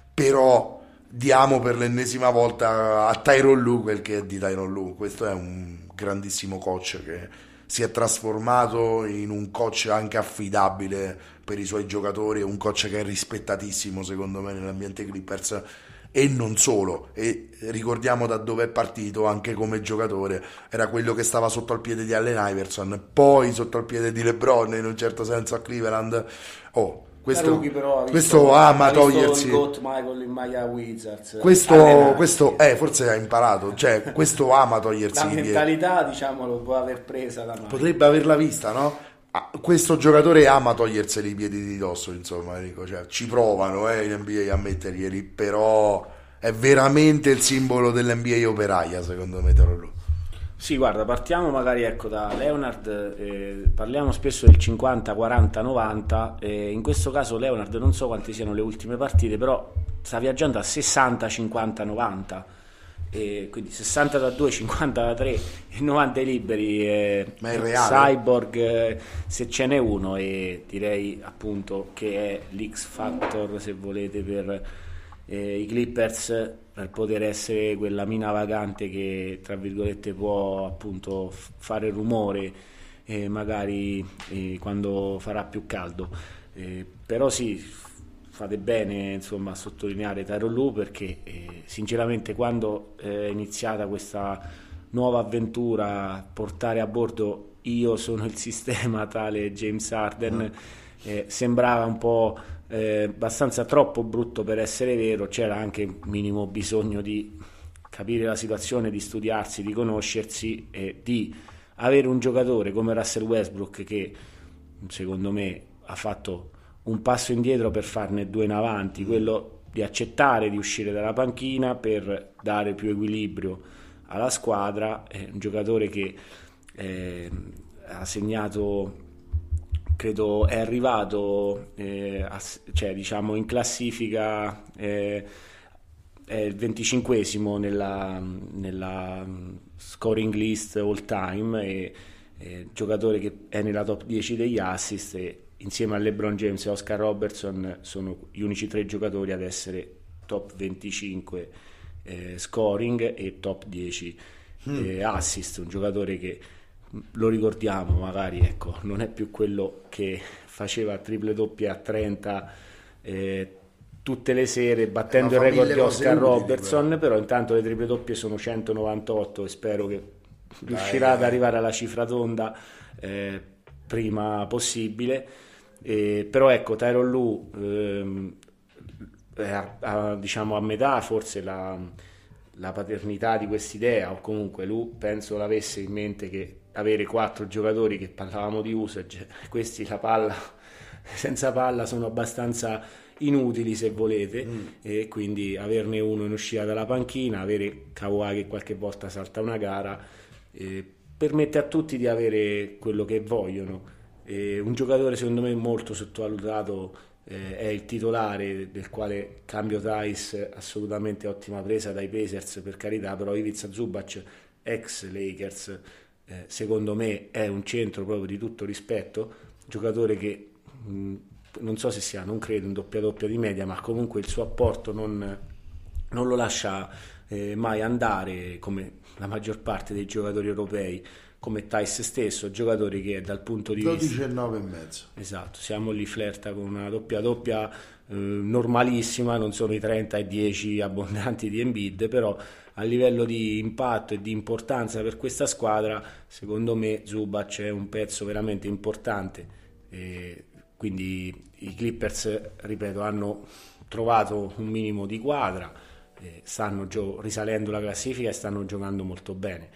però diamo per l'ennesima volta a Tyronn Lue quel che è di Tyronn Lue. Questo è un grandissimo coach che si è trasformato in un coach anche affidabile per i suoi giocatori, un coach che è rispettatissimo secondo me nell'ambiente Clippers. E non solo, e ricordiamo da dove è partito anche come giocatore, era quello che stava sotto al piede di Allen Iverson, poi sotto al piede di LeBron in un certo senso a Cleveland. Oh, questo, Rookie, però, ha visto, questo ama ha visto togliersi il GOAT Michael in Maya Wizards, questo, allenati. questo eh, forse ha imparato, cioè questo ama togliersi La i piedi. mentalità, diciamo, lo può aver presa da Mike. Potrebbe averla vista, no? Ah, questo giocatore ama toglierseli i piedi di dosso, insomma, dico, cioè, ci provano eh, in N B A a metterglieli, però è veramente il simbolo dell'N B A operaia, secondo me, Tyronn Lue. Sì, guarda, partiamo magari ecco da Leonard, eh, parliamo spesso del cinquanta quaranta novanta, eh, in questo caso Leonard non so quante siano le ultime partite, però sta viaggiando a sessanta cinquanta novanta, e quindi sessanta da due, cinquanta da tre e novanta liberi, eh, Ma è reale? Cyborg, eh, se ce n'è uno, e direi appunto che è l'X Factor, se volete, per eh, i Clippers, per poter essere quella mina vagante che tra virgolette può appunto f- fare rumore eh, magari eh, quando farà più caldo. Eh, però sì, fate bene insomma a sottolineare Tyronn Lue, perché eh, sinceramente quando è iniziata questa nuova avventura, portare a bordo io sono il sistema tale James Harden, eh, sembrava un po' eh, abbastanza troppo brutto per essere vero. C'era anche un minimo bisogno di capire la situazione, di studiarsi, di conoscersi e di avere un giocatore come Russell Westbrook che secondo me ha fatto un passo indietro per farne due in avanti, quello di accettare di uscire dalla panchina per dare più equilibrio alla squadra. È un giocatore che eh, ha segnato, credo è arrivato eh, a, cioè diciamo in classifica, eh, è il venticinquesimo nella, nella scoring list all time, e eh, giocatore che è nella top dieci degli assist, e insieme a LeBron James e Oscar Robertson sono gli unici tre giocatori ad essere top venticinque eh, scoring e top dieci eh, assist. Un giocatore che, lo ricordiamo magari, ecco, non è più quello che faceva triple doppie a trenta eh, tutte le sere battendo il record di Oscar Robertson, però intanto le triple doppie sono centonovantotto e spero che riuscirà ad arrivare alla cifra tonda eh, prima possibile. Eh, però ecco, Tyronn Lue ehm, è a, a, diciamo a metà forse la, la paternità di quest'idea, o comunque Lue penso l'avesse in mente, che avere quattro giocatori, che parlavamo di usage, questi la palla senza palla sono abbastanza inutili se volete, mm. e quindi averne uno in uscita dalla panchina, avere Kawhi che qualche volta salta una gara, eh, permette a tutti di avere quello che vogliono. Eh, un giocatore secondo me molto sottovalutato eh, è il titolare, del quale cambio Tice, assolutamente ottima presa dai Pacers per carità, però Ivica Zubac, ex Lakers, eh, secondo me è un centro proprio di tutto rispetto, giocatore che mh, non so se sia, non credo in doppia doppia di media, ma comunque il suo apporto non, non lo lascia eh, mai andare, come la maggior parte dei giocatori europei, come Tice stesso, giocatori che dal punto di dodici vista e nove e mezzo, esatto, siamo lì, flirta con una doppia doppia eh, normalissima, non sono i trenta e dieci abbondanti di Embiid, però a livello di impatto e di importanza per questa squadra secondo me Zubac è un pezzo veramente importante, e quindi i Clippers, ripeto, hanno trovato un minimo di quadra, eh, stanno gio- risalendo la classifica e stanno giocando molto bene.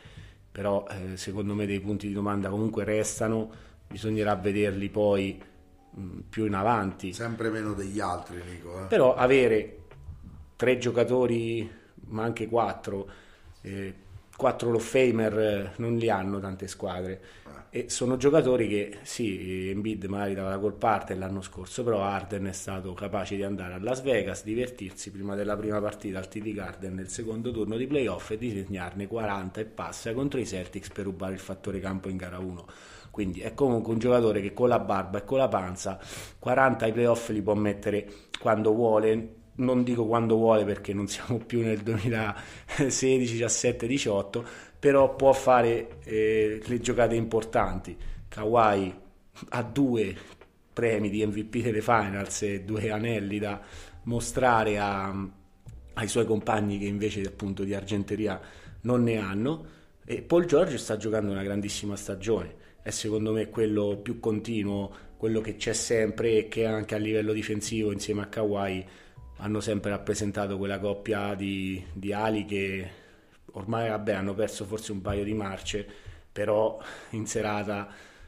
però eh, secondo me dei punti di domanda comunque restano, bisognerà vederli poi mh, più in avanti. Sempre meno degli altri, Nico. Eh. Però avere tre giocatori, ma anche quattro, eh, quattro Hall of Famer eh, non li hanno tante squadre. E sono giocatori che sì, Embiid magari dava la col parte l'anno scorso, però Harden è stato capace di andare a Las Vegas, divertirsi prima della prima partita al T D Garden nel secondo turno di playoff e di segnarne quaranta e passa contro i Celtics per rubare il fattore campo in gara uno. Quindi è comunque un giocatore che con la barba e con la panza quaranta ai playoff li può mettere quando vuole. Non dico quando vuole perché non siamo più nel duemilasedici, diciassette, diciotto, però può fare eh, le giocate importanti. Kawhi ha due premi di M V P delle finals e due anelli da mostrare a, ai suoi compagni che invece appunto di argenteria non ne hanno, e Paul George sta giocando una grandissima stagione, è secondo me quello più continuo, quello che c'è sempre e che anche a livello difensivo insieme a Kawhi hanno sempre rappresentato quella coppia di, di ali che ormai vabbè, hanno perso forse un paio di marce, però in serata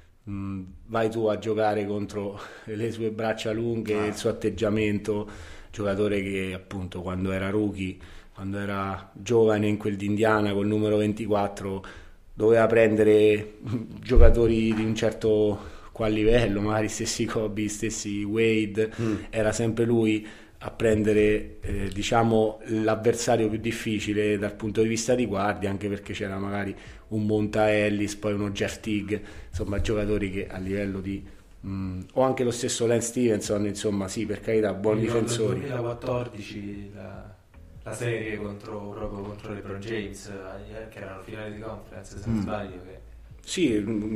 mh, vai tu a giocare contro le sue braccia lunghe, ah. il suo atteggiamento, giocatore che appunto quando era rookie, quando era giovane in quel d'Indiana col numero ventiquattro doveva prendere giocatori di un certo qual livello, magari stessi Kobe, stessi Wade, mm. era sempre lui a prendere eh, diciamo l'avversario più difficile dal punto di vista di guardia, anche perché c'era magari un Monta Ellis, poi uno Jeff Teague, insomma giocatori che a livello di mh, o anche lo stesso Lance Stevenson, insomma sì, per carità, buoni difensori. Nel duemilaquattordici la, la serie contro, proprio contro LeBron James, eh, che erano finali di conference se non mm. sbaglio, che sì,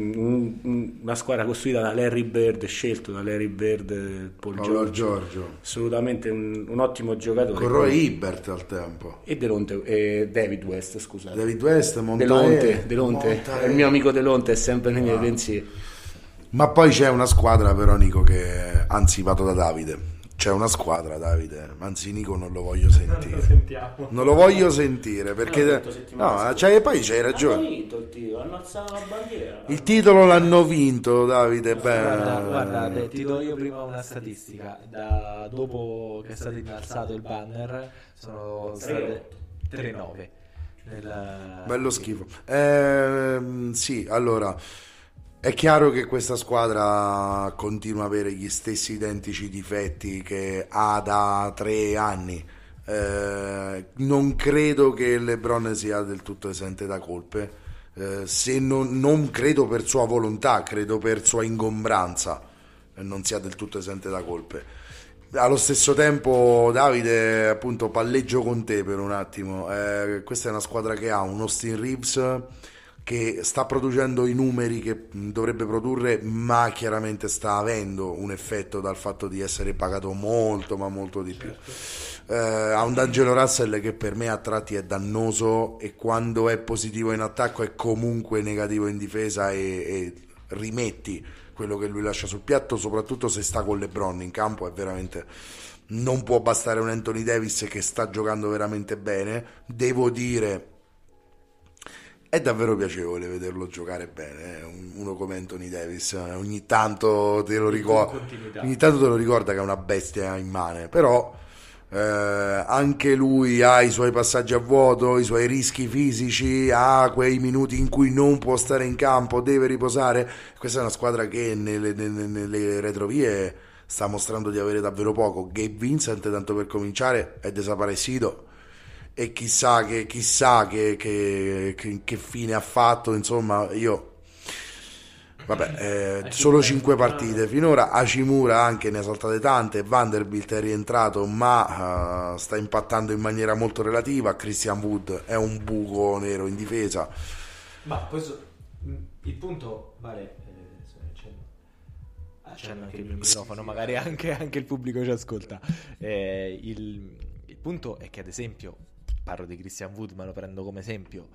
una squadra costruita da Larry Bird, scelto da Larry Bird, Paul George, Giorgio, assolutamente un, un ottimo giocatore. Con Roy Hibbert al tempo. E Delonte, e David West, scusate. David West, Montae, Delonte, Delonte. Montae. Il mio amico Delonte è sempre nei miei ah. pensieri. Ma poi c'è una squadra però, Nico, che anzi vado da Davide. C'è una squadra, Davide, anzi Nico non lo voglio sentire, non lo, sentiamo. Non lo voglio sentire perché no, cioè, poi c'hai ragione, hanno vinto il titolo, hanno alzato la bandiera, il titolo l'hanno vinto, Davide. Beh, guarda, guardate, ti do io prima una statistica, da, dopo che è stato innalzato il banner sono state tre nove nel... bello schifo. Eh, sì, allora è chiaro che questa squadra continua a avere gli stessi identici difetti che ha da tre anni. Eh, non credo che LeBron sia del tutto esente da colpe. Eh, se non, non credo per sua volontà, credo per sua ingombranza eh, non sia del tutto esente da colpe. Allo stesso tempo, Davide, appunto, palleggio con te per un attimo. Eh, questa è una squadra che ha un Austin Reeves che sta producendo i numeri che dovrebbe produrre, ma chiaramente sta avendo un effetto dal fatto di essere pagato molto, ma molto di più. Eh, ha un D'Angelo Russell che per me a tratti è dannoso e quando è positivo in attacco è comunque negativo in difesa, e, e rimetti quello che lui lascia sul piatto, soprattutto se sta con LeBron in campo, è veramente... non può bastare un Anthony Davis che sta giocando veramente bene. Devo dire, è davvero piacevole vederlo giocare bene, eh? Uno come Anthony Davis eh? ogni tanto te lo ricorda, ogni tanto te lo ricorda che è una bestia immane, però eh, anche lui ha i suoi passaggi a vuoto, i suoi rischi fisici, ha quei minuti in cui non può stare in campo, deve riposare. Questa è una squadra che nelle, nelle, nelle retrovie sta mostrando di avere davvero poco. Gabe Vincent, tanto per cominciare, è desaparecido e chissà che, chissà che, che, che, che fine ha fatto. Insomma, io vabbè, eh, solo cinque partite finora. Hachimura anche ne ha saltate tante. Vanderbilt è rientrato, ma uh, sta impattando in maniera molto relativa. Christian Wood è un buco nero in difesa. Ma questo, il punto, vale, eh, accenno anche il mio microfono, magari anche, anche il pubblico ci ascolta. Eh, il, il punto è che, ad esempio, parlo di Christian Wood, ma lo prendo come esempio.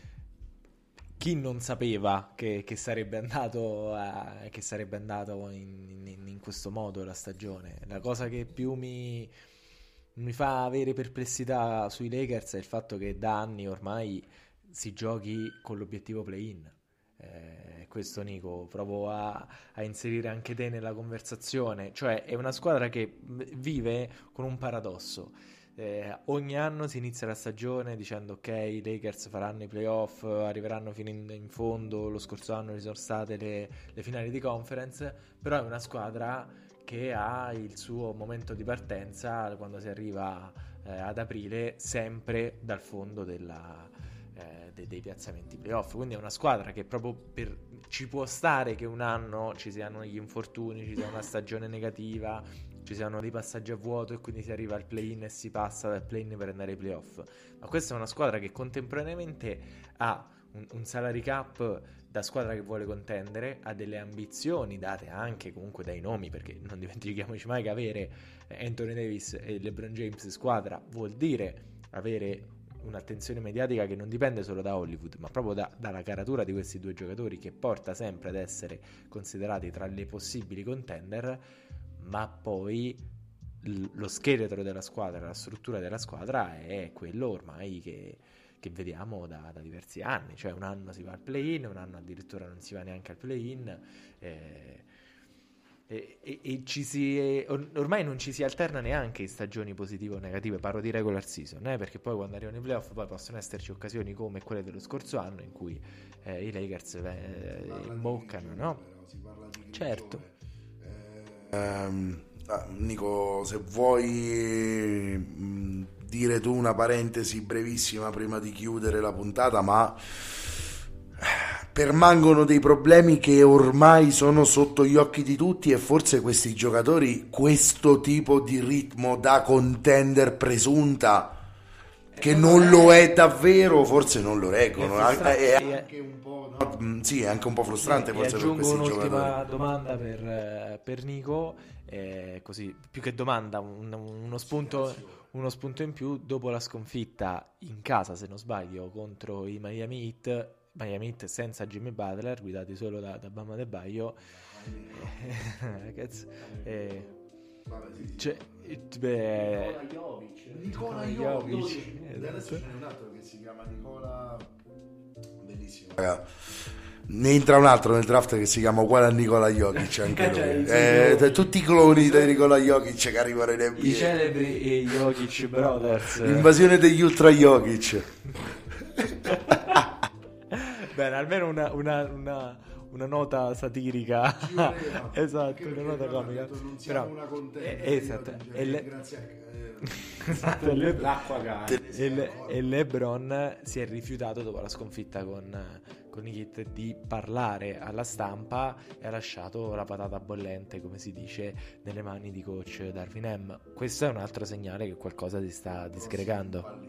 Chi non sapeva che, che sarebbe andato a, che sarebbe andato in, in, in questo modo la stagione? La cosa che più mi, mi fa avere perplessità sui Lakers è il fatto che da anni ormai si giochi con l'obiettivo play-in. Eh, questo Nico, provo a, a inserire anche te nella conversazione, cioè è una squadra che vive con un paradosso. Eh, ogni anno si inizia la stagione dicendo ok, i Lakers faranno i playoff, arriveranno fino in, in fondo, lo scorso anno ci sono state le, le finali di conference, però è una squadra che ha il suo momento di partenza quando si arriva eh, ad aprile, sempre dal fondo della, eh, dei, dei piazzamenti playoff. Quindi è una squadra che proprio per, ci può stare che un anno ci siano gli infortuni, ci sia una stagione negativa, ci siano dei passaggi a vuoto e quindi si arriva al play-in e si passa dal play-in per andare ai playoff. Ma questa è una squadra che contemporaneamente ha un, un salary cap da squadra che vuole contendere, ha delle ambizioni date anche comunque dai nomi, perché non dimentichiamoci mai che avere Anthony Davis e LeBron James in squadra vuol dire avere un'attenzione mediatica che non dipende solo da Hollywood, ma proprio da, dalla caratura di questi due giocatori, che porta sempre ad essere considerati tra le possibili contender. Ma poi l- lo scheletro della squadra, la struttura della squadra è quello ormai che, che vediamo da, da diversi anni, cioè un anno si va al play-in, un anno addirittura non si va neanche al play-in, eh, e, e, e ci si è, or- ormai non ci si alterna neanche in stagioni positive o negative, parlo di regular season, eh, perché poi quando arrivano i playoff poi possono esserci occasioni come quelle dello scorso anno in cui eh, i Lakers eh, imboccano, no? Certo. Um, ah, Nico, se vuoi mh, dire tu una parentesi brevissima prima di chiudere la puntata, ma permangono dei problemi che ormai sono sotto gli occhi di tutti, e forse questi giocatori questo tipo di ritmo da contender presunta, che non lo è davvero, forse non lo reggono. È anche un po', no? Sì, è anche un po' frustrante, sì, forse per questi un'ultima giocatori. domanda per, per Nico, eh, così più che domanda, un, uno spunto, uno spunto in più. Dopo la sconfitta in casa, se non sbaglio, contro i Miami Heat, Miami Heat senza Jimmy Butler, guidati solo da, da Bam Adebayo, ragazzi, eh, cioè, beh, Nikola Jokic, adesso ce n'è un altro che si chiama Nicola, bellissimo, raga. Ne entra un altro nel draft che si chiama uguale a Nikola Jokic, anche lui. Eh, tutti i cloni di Nikola Jokic che arrivano in N B A, i celebri e Jokic Brothers, l'invasione degli Ultra Jokic. Bene, almeno una, una, una, una nota satirica. Esatto, una nota comica. Però una contenta, eh, esatto, e le... grazie a... esatto, e le... l'acqua calda. E, le... e LeBron si è rifiutato dopo la sconfitta con, con i Heat di parlare alla stampa e ha lasciato la patata bollente, come si dice, nelle mani di coach Darvin Ham. Questo è un altro segnale che qualcosa si sta disgregando.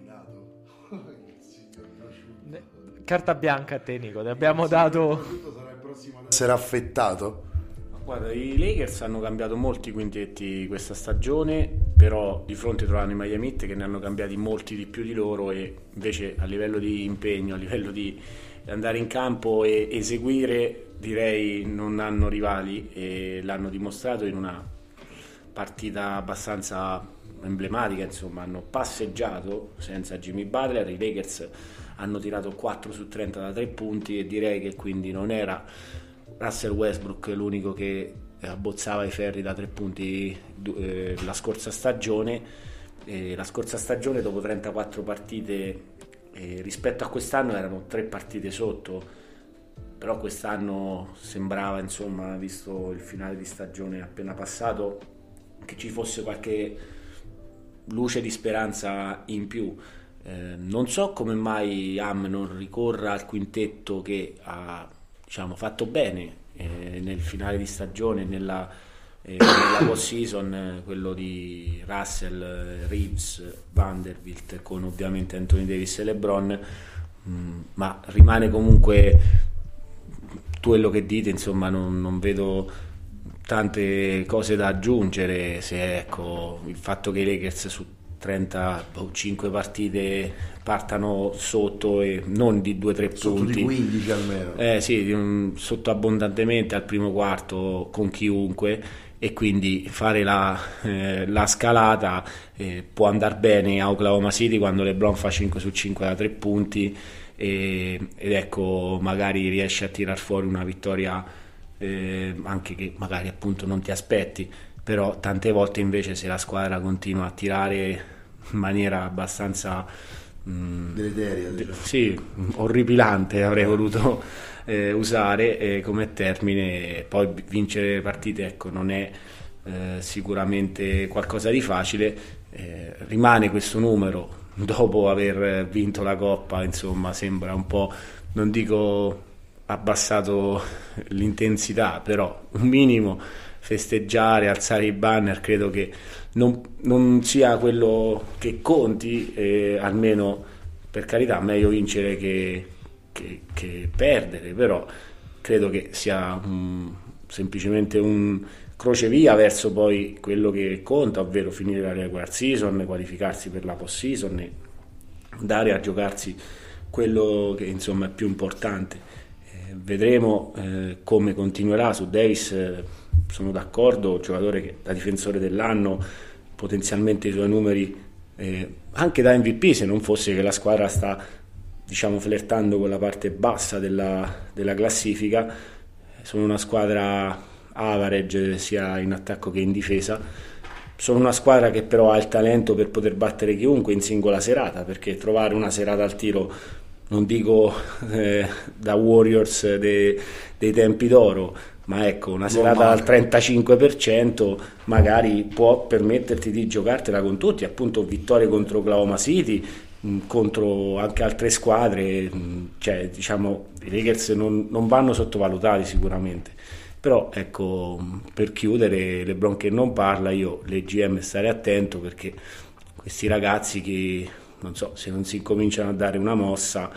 Carta bianca a te, Nico, ti abbiamo dato. Sarà affettato. Guarda, i Lakers hanno cambiato molti quintetti questa stagione, però di fronte trovano i Miami Heat che ne hanno cambiati molti di più di loro, e invece a livello di impegno, a livello di andare in campo e eseguire, direi non hanno rivali, e l'hanno dimostrato in una partita abbastanza emblematica. Insomma, hanno passeggiato senza Jimmy Butler, i Lakers hanno tirato quattro su trenta da tre punti, e direi che quindi non era Russell Westbrook l'unico che abbozzava i ferri da tre punti eh, la scorsa stagione. Eh, la scorsa stagione, dopo trentaquattro partite, eh, rispetto a quest'anno erano tre partite sotto, però quest'anno sembrava, insomma, visto il finale di stagione appena passato, che ci fosse qualche luce di speranza in più. Eh, non so come mai Ham non ricorra al quintetto che ha, diciamo, fatto bene eh, nel finale di stagione, nella, eh, nella post-season, eh, quello di Russell, Reeves, Vanderbilt, con ovviamente Anthony Davis e LeBron, mm, ma rimane comunque quello che dite, insomma, non, non vedo tante cose da aggiungere, se ecco il fatto che i Lakers su trentacinque partite partano sotto, e non di due tre sotto punti, di quindici almeno, eh sì, um, sotto abbondantemente al primo quarto con chiunque, e quindi fare la, eh, la scalata eh, può andare bene a Oklahoma City quando LeBron fa cinque su cinque da tre punti, e, ed ecco magari riesce a tirar fuori una vittoria eh, anche che magari appunto non ti aspetti, però tante volte invece se la squadra continua a tirare in maniera abbastanza mh, deleteria, diciamo. Sì, orripilante avrei voluto eh, usare eh, come termine, poi vincere le partite ecco non è eh, sicuramente qualcosa di facile, eh, rimane questo numero dopo aver vinto la Coppa, insomma sembra un po', non dico abbassato l'intensità, però un minimo festeggiare, alzare i banner, credo che non, non sia quello che conti, eh, almeno per carità meglio vincere che, che, che perdere, però credo che sia um, semplicemente un crocevia verso poi quello che conta, ovvero finire la regular season, qualificarsi per la post season e andare a giocarsi quello che insomma è più importante. Eh, vedremo eh, come continuerà su Davis, eh, sono d'accordo, giocatore che da difensore dell'anno potenzialmente i suoi numeri eh, anche da M V P, se non fosse che la squadra sta diciamo flirtando con la parte bassa della, della classifica, sono una squadra average sia in attacco che in difesa, sono una squadra che però ha il talento per poter battere chiunque in singola serata, perché trovare una serata al tiro, non dico eh, da Warriors de, dei tempi d'oro, ma ecco una serata al trentacinque per cento magari può permetterti di giocartela con tutti, appunto vittorie contro Oklahoma City, mh, contro anche altre squadre, mh, cioè diciamo i Lakers non, non vanno sottovalutati sicuramente. Però ecco, per chiudere, LeBron che non parla, io le G M stare attento, perché questi ragazzi che non so se non si incominciano a dare una mossa,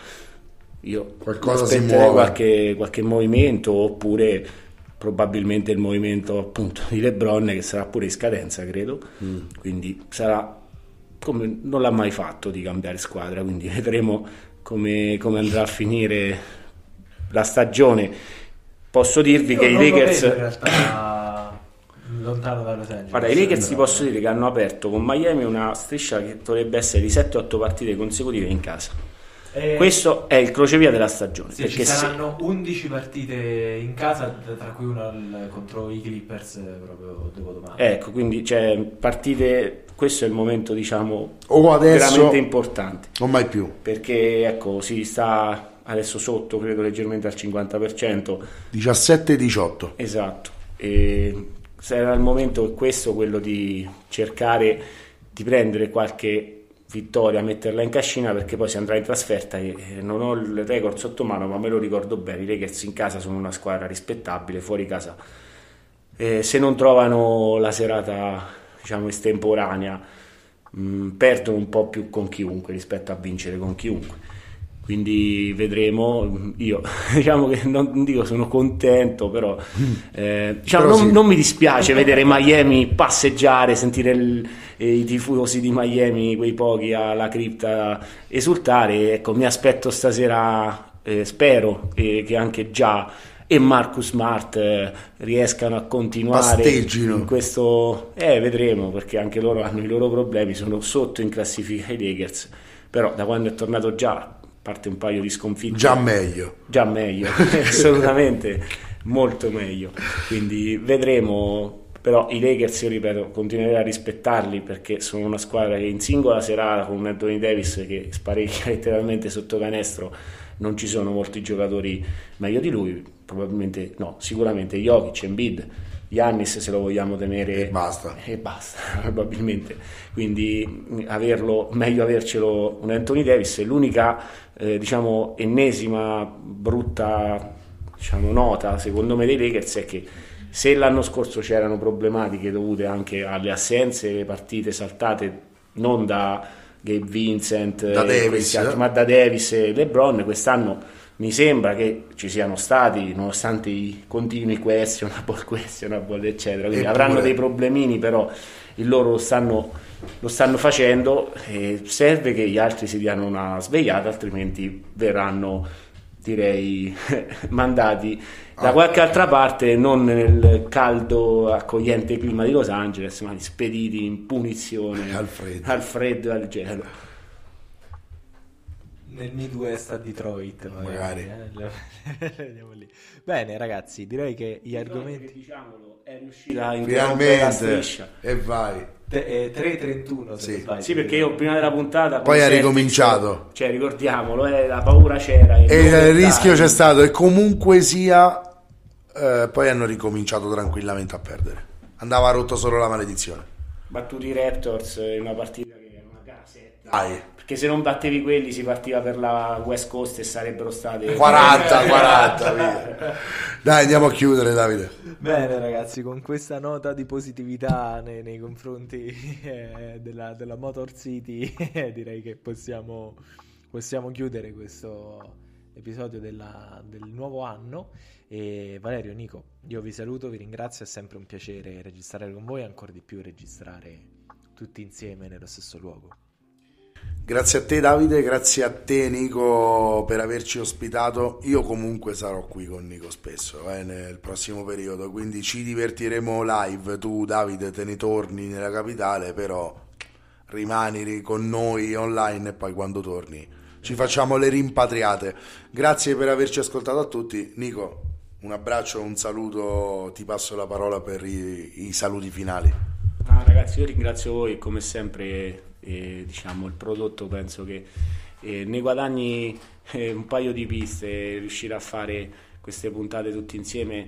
io qualcosa si aspetterei muove. qualche, qualche movimento, oppure probabilmente il movimento appunto di LeBron che sarà pure in scadenza credo, mm. quindi sarà come non l'ha mai fatto di cambiare squadra, quindi vedremo come, come andrà a finire la stagione. Posso dirvi Io che i Lakers in realtà lontano da Los Angeles. Guarda, i Lakers ti posso dire che hanno aperto con Miami una striscia che dovrebbe essere di sette otto partite consecutive in casa. E... questo è il crocevia della stagione. Sì, perché ci saranno se... undici partite in casa, tra cui una contro i Clippers proprio dopo domani. Ecco, quindi cioè, partite, questo è il momento diciamo o adesso, veramente importante. O mai più. Perché ecco, si sta adesso sotto, credo leggermente al cinquanta per cento. diciassette diciotto. Esatto. E sarà il momento, questo, quello di cercare di prendere qualche vittoria, metterla in cascina, perché poi si andrà in trasferta e non ho il record sotto mano, ma me lo ricordo bene, i Lakers in casa sono una squadra rispettabile, fuori casa eh, se non trovano la serata diciamo estemporanea mh, perdono un po' più con chiunque rispetto a vincere con chiunque, quindi vedremo. Io diciamo che non dico sono contento, però, eh, diciamo, però non, sì. non mi dispiace vedere Miami passeggiare, sentire il, eh, i tifosi di Miami, quei pochi alla cripta, esultare. Ecco, mi aspetto stasera, eh, spero eh, che anche già e Marcus Smart eh, riescano a continuare Pasteggino. in questo, eh, vedremo, perché anche loro hanno i loro problemi, sono sotto in classifica i Lakers, però da quando è tornato già parte un paio di sconfitte, già meglio già meglio assolutamente molto meglio, quindi vedremo. Però i Lakers, io ripeto, continuerei a rispettarli, perché sono una squadra che in singola serata con Anthony Davis che sparecchia letteralmente sotto canestro, non ci sono molti giocatori meglio di lui, probabilmente no, sicuramente Jokic, Embiid, Giannis se lo vogliamo tenere e basta, e basta probabilmente, quindi averlo, meglio avercelo un Anthony Davis. È l'unica eh, diciamo ennesima brutta diciamo nota secondo me dei Lakers è che se l'anno scorso c'erano problematiche dovute anche alle assenze, le partite saltate non da Gabe Vincent da Davis, altri, ma da Davis e LeBron, quest'anno mi sembra che ci siano stati, nonostante i continui questionable, questionable eccetera, quindi Eppure. avranno dei problemini, però il loro lo stanno, lo stanno facendo, e serve che gli altri si diano una svegliata, altrimenti verranno, direi, mandati da qualche altra parte, non nel caldo accogliente clima di Los Angeles, ma spediti in punizione al freddo, al freddo e al gelo. nel Midwest a Detroit magari, magari. Eh? Andiamo lì. Bene ragazzi, direi che gli argomenti che, diciamolo, è riuscita a interrompere la striscia e vai Te- tre e trentuno se Sì. non sbaglio. sì, perché io prima della puntata poi ha Celtics, ricominciato, cioè ricordiamolo, eh, la paura c'era e il dai, rischio c'è stato, e comunque sia eh, poi hanno ricominciato tranquillamente a perdere, andava rotto solo la maledizione. battuti i Raptors in una partita che era una casetta. Dai. Perché se non battevi quelli si partiva per la West Coast e sarebbero state quaranta quaranta via. Dai, andiamo a chiudere, Davide. Bene ragazzi, con questa nota di positività nei, nei confronti eh, della, della Motor City direi che possiamo, possiamo chiudere questo episodio della, del nuovo anno. E Valerio, Nico, io vi saluto, vi ringrazio, è sempre un piacere registrare con voi, ancora di più registrare tutti insieme nello stesso luogo. Grazie a te Davide, grazie a te Nico per averci ospitato. Io comunque sarò qui con Nico spesso eh, nel prossimo periodo, quindi ci divertiremo live. Tu Davide te ne torni nella capitale, però rimani con noi online e poi quando torni ci facciamo le rimpatriate. Grazie per averci ascoltato a tutti. Nico, un abbraccio, un saluto, ti passo la parola per i, i saluti finali. Ah, ragazzi, io ringrazio voi come sempre. E, diciamo, il prodotto penso che eh, ne guadagni eh, un paio di piste, riuscire a fare queste puntate tutti insieme,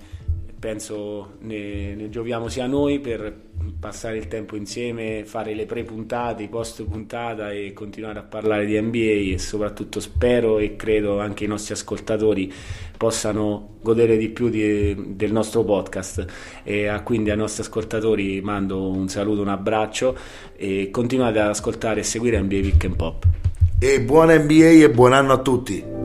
penso ne, ne gioviamo sia noi per passare il tempo insieme, fare le pre-puntate, i post puntata e continuare a parlare di N B A, e soprattutto spero e credo anche i nostri ascoltatori possano godere di più di, del nostro podcast. E a, quindi ai nostri ascoltatori mando un saluto, un abbraccio, e continuate ad ascoltare e seguire N B A Pick and Pop. E buona N B A e buon anno a tutti.